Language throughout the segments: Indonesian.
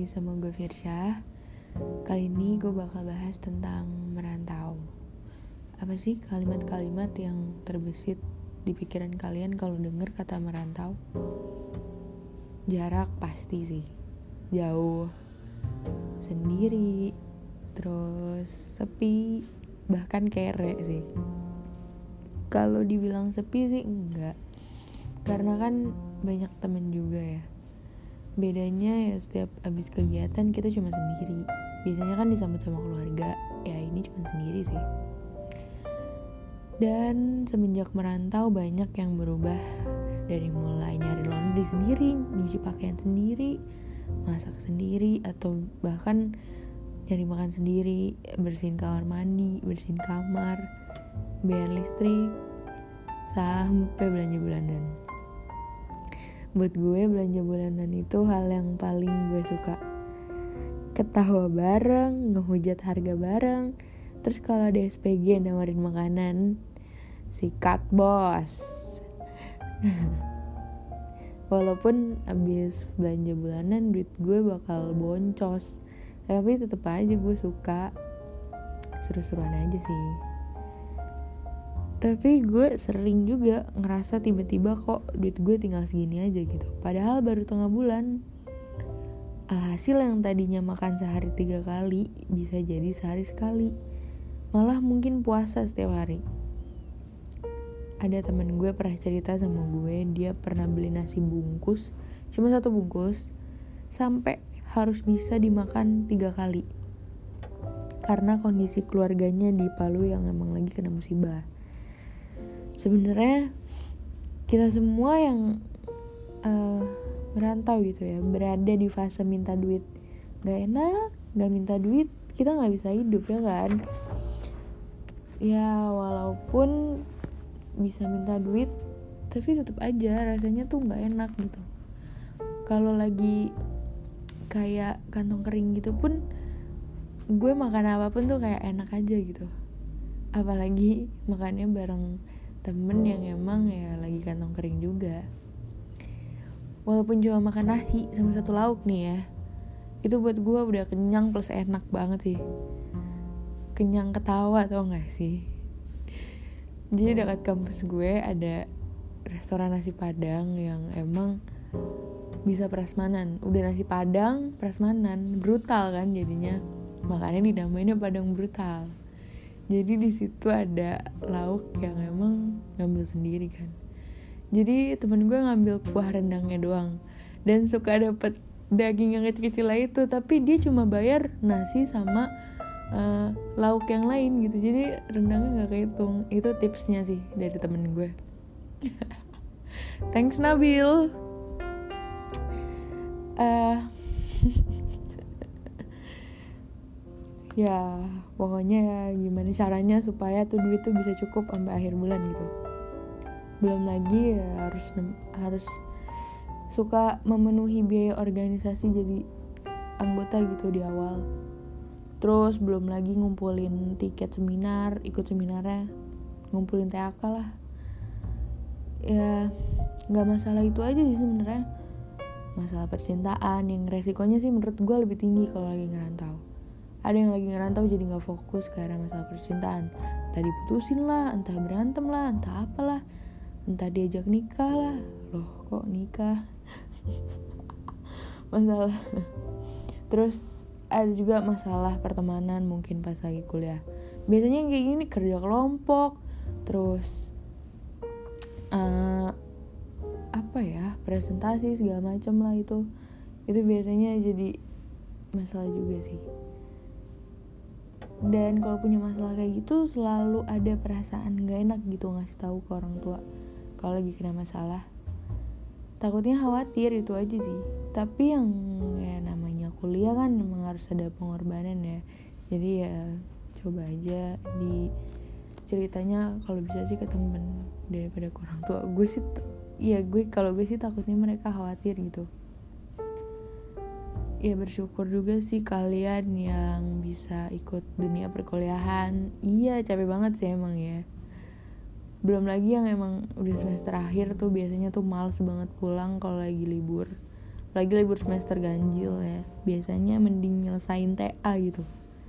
sama gue Firsyah. Kali ini gue bakal bahas tentang merantau. Apa sih kalimat-kalimat yang terbesit di pikiran kalian kalau denger kata merantau? Jarak pasti sih, jauh, sendiri, terus sepi, bahkan kere sih. Kalau dibilang sepi sih enggak, karena kan banyak temen juga ya. Bedanya ya setiap abis kegiatan kita cuma sendiri. Biasanya kan disambut sama keluarga. Ya ini cuma sendiri sih. Dan semenjak merantau banyak yang berubah. Dari mulai nyari laundry sendiri, nyuci pakaian sendiri, masak sendiri, atau bahkan nyari makan sendiri, bersihin kamar mandi, bersihin kamar, bayar listrik, sampai belanja bulanan. Buat gue belanja bulanan itu hal yang paling gue suka. Ketawa bareng, ngehujat harga bareng. Terus kalau ada SPG nawarin makanan, sikat bos. Walaupun abis belanja bulanan duit gue bakal boncos, tapi tetep aja gue suka. Seru-seruan aja sih. Tapi gue sering juga ngerasa tiba-tiba kok duit gue tinggal segini aja gitu. Padahal baru tengah bulan. Alhasil yang tadinya makan sehari 3 kali bisa jadi sehari sekali. Malah mungkin puasa setiap hari. Ada temen gue pernah cerita sama gue, dia pernah beli nasi bungkus, cuma 1 bungkus, sampai harus bisa dimakan 3 kali. Karena kondisi keluarganya di Palu yang emang lagi kena musibah. Sebenarnya kita semua yang merantau gitu ya, berada di fase minta duit. Gak enak, gak minta duit, kita gak bisa hidup ya kan. Ya walaupun bisa minta duit, tapi tetap aja rasanya tuh gak enak gitu. Kalau lagi kayak kantong kering gitu pun, gue makan apapun tuh kayak enak aja gitu. Apalagi makannya bareng temen yang emang ya lagi kantong kering juga. Walaupun cuma makan nasi sama 1 lauk nih ya, itu buat gue udah kenyang plus enak banget sih. Kenyang ketawa tau gak sih. Jadi dekat kampus gue ada restoran nasi padang yang emang bisa prasmanan. Udah nasi padang prasmanan, brutal kan jadinya. Makanya dinamainnya padang brutal. Jadi di situ ada lauk yang emang ngambil sendiri kan. Jadi temen gue ngambil kuah rendangnya doang dan suka dapet daging yang kecil-kecil lah itu, tapi dia cuma bayar nasi sama lauk yang lain gitu. Jadi rendangnya nggak kehitung. Itu tipsnya sih dari temen gue. Thanks Nabil. Ya pokoknya ya gimana caranya supaya tuh duit tuh bisa cukup sampai akhir bulan gitu. Belum lagi ya harus suka memenuhi biaya organisasi jadi anggota gitu di awal. Terus belum lagi ngumpulin tiket seminar, ikut seminarnya, ngumpulin TAK lah. Ya nggak masalah itu aja sih sebenarnya. Masalah percintaan yang resikonya sih menurut gue lebih tinggi kalau lagi ngerantau. Ada yang lagi ngerantau jadi gak fokus karena masalah percintaan. Entah diputusin lah, entah berantem lah, entah apalah, entah diajak nikah lah. Loh kok nikah? Masalah. Terus ada juga masalah pertemanan mungkin pas lagi kuliah. Biasanya yang kayak gini kerja kelompok, terus presentasi segala macam lah itu biasanya jadi masalah juga sih. Dan kalau punya masalah kayak gitu selalu ada perasaan gak enak gitu ngasih tahu ke orang tua kalau lagi kena masalah. Takutnya khawatir, itu aja sih. Tapi yang ya namanya kuliah kan memang harus ada pengorbanan ya. Jadi ya coba aja di ceritanya kalau bisa sih ke temen daripada ke orang tua. Kalau gue sih takutnya mereka khawatir gitu. Ya bersyukur juga sih kalian yang bisa ikut dunia perkuliahan. Iya capek banget sih emang ya. Belum lagi yang emang udah semester akhir tuh biasanya tuh males banget pulang kalau lagi libur. lagi libur semester ganjil ya, biasanya mending nyelesain TA gitu.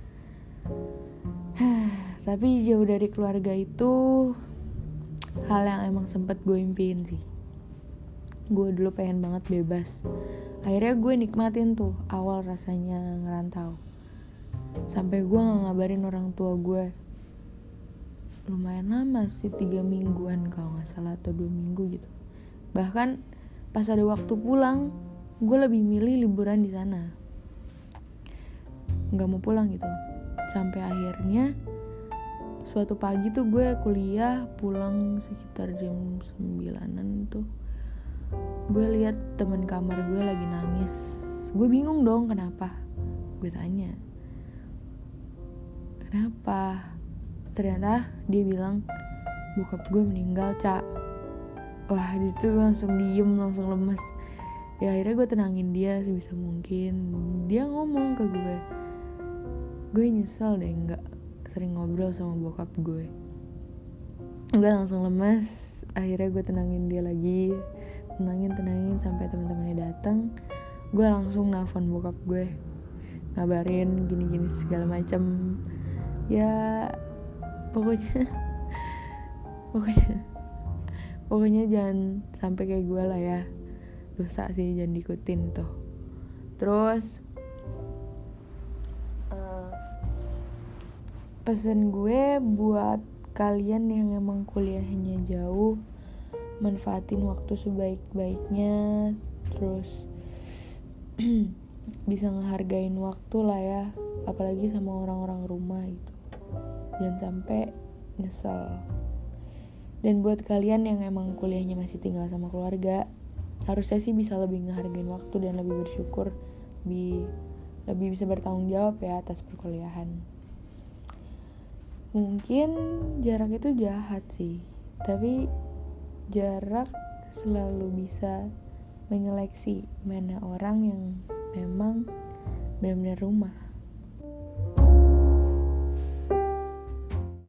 Tapi jauh dari keluarga itu hal yang emang sempet gue impiin sih. Gue dulu pengen banget bebas. Akhirnya gue nikmatin tuh awal rasanya ngerantau. Sampai gue gak ngabarin orang tua gue. Lumayan lama sih, 3 mingguan kalau gak salah, atau 2 minggu gitu. Bahkan pas ada waktu pulang, gue lebih milih liburan di sana, gak mau pulang gitu. Sampai akhirnya suatu pagi tuh gue kuliah, pulang sekitar jam 9-an tuh, gue lihat teman kamar gue lagi nangis. Gue bingung dong kenapa. Gue tanya, kenapa? Ternyata dia bilang bokap gue meninggal, Cak. Wah, disitu gue langsung diem, langsung lemes. Ya akhirnya gue tenangin dia sebisa mungkin. Dia ngomong ke gue nyesel deh nggak sering ngobrol sama bokap gue. Gue langsung lemes. Akhirnya gue tenangin dia lagi, tenangin sampai teman-temannya datang. Gue langsung nelfon bokap gue, ngabarin gini-gini segala macam. Ya pokoknya jangan sampai kayak gue lah ya. Dosa sih, jangan diikutin tuh. Terus pesan gue buat kalian yang emang kuliahnya jauh, manfaatin waktu sebaik-baiknya. Terus bisa ngehargain waktu lah ya, apalagi sama orang-orang rumah gitu. Jangan sampai nyesel. Dan buat kalian yang emang kuliahnya masih tinggal sama keluarga, harusnya sih bisa lebih ngehargain waktu dan lebih bersyukur, lebih bisa bertanggung jawab ya atas perkuliahan. Mungkin jarak itu jahat sih, tapi jarak selalu bisa menyeleksi mana orang yang memang benar-benar rumah.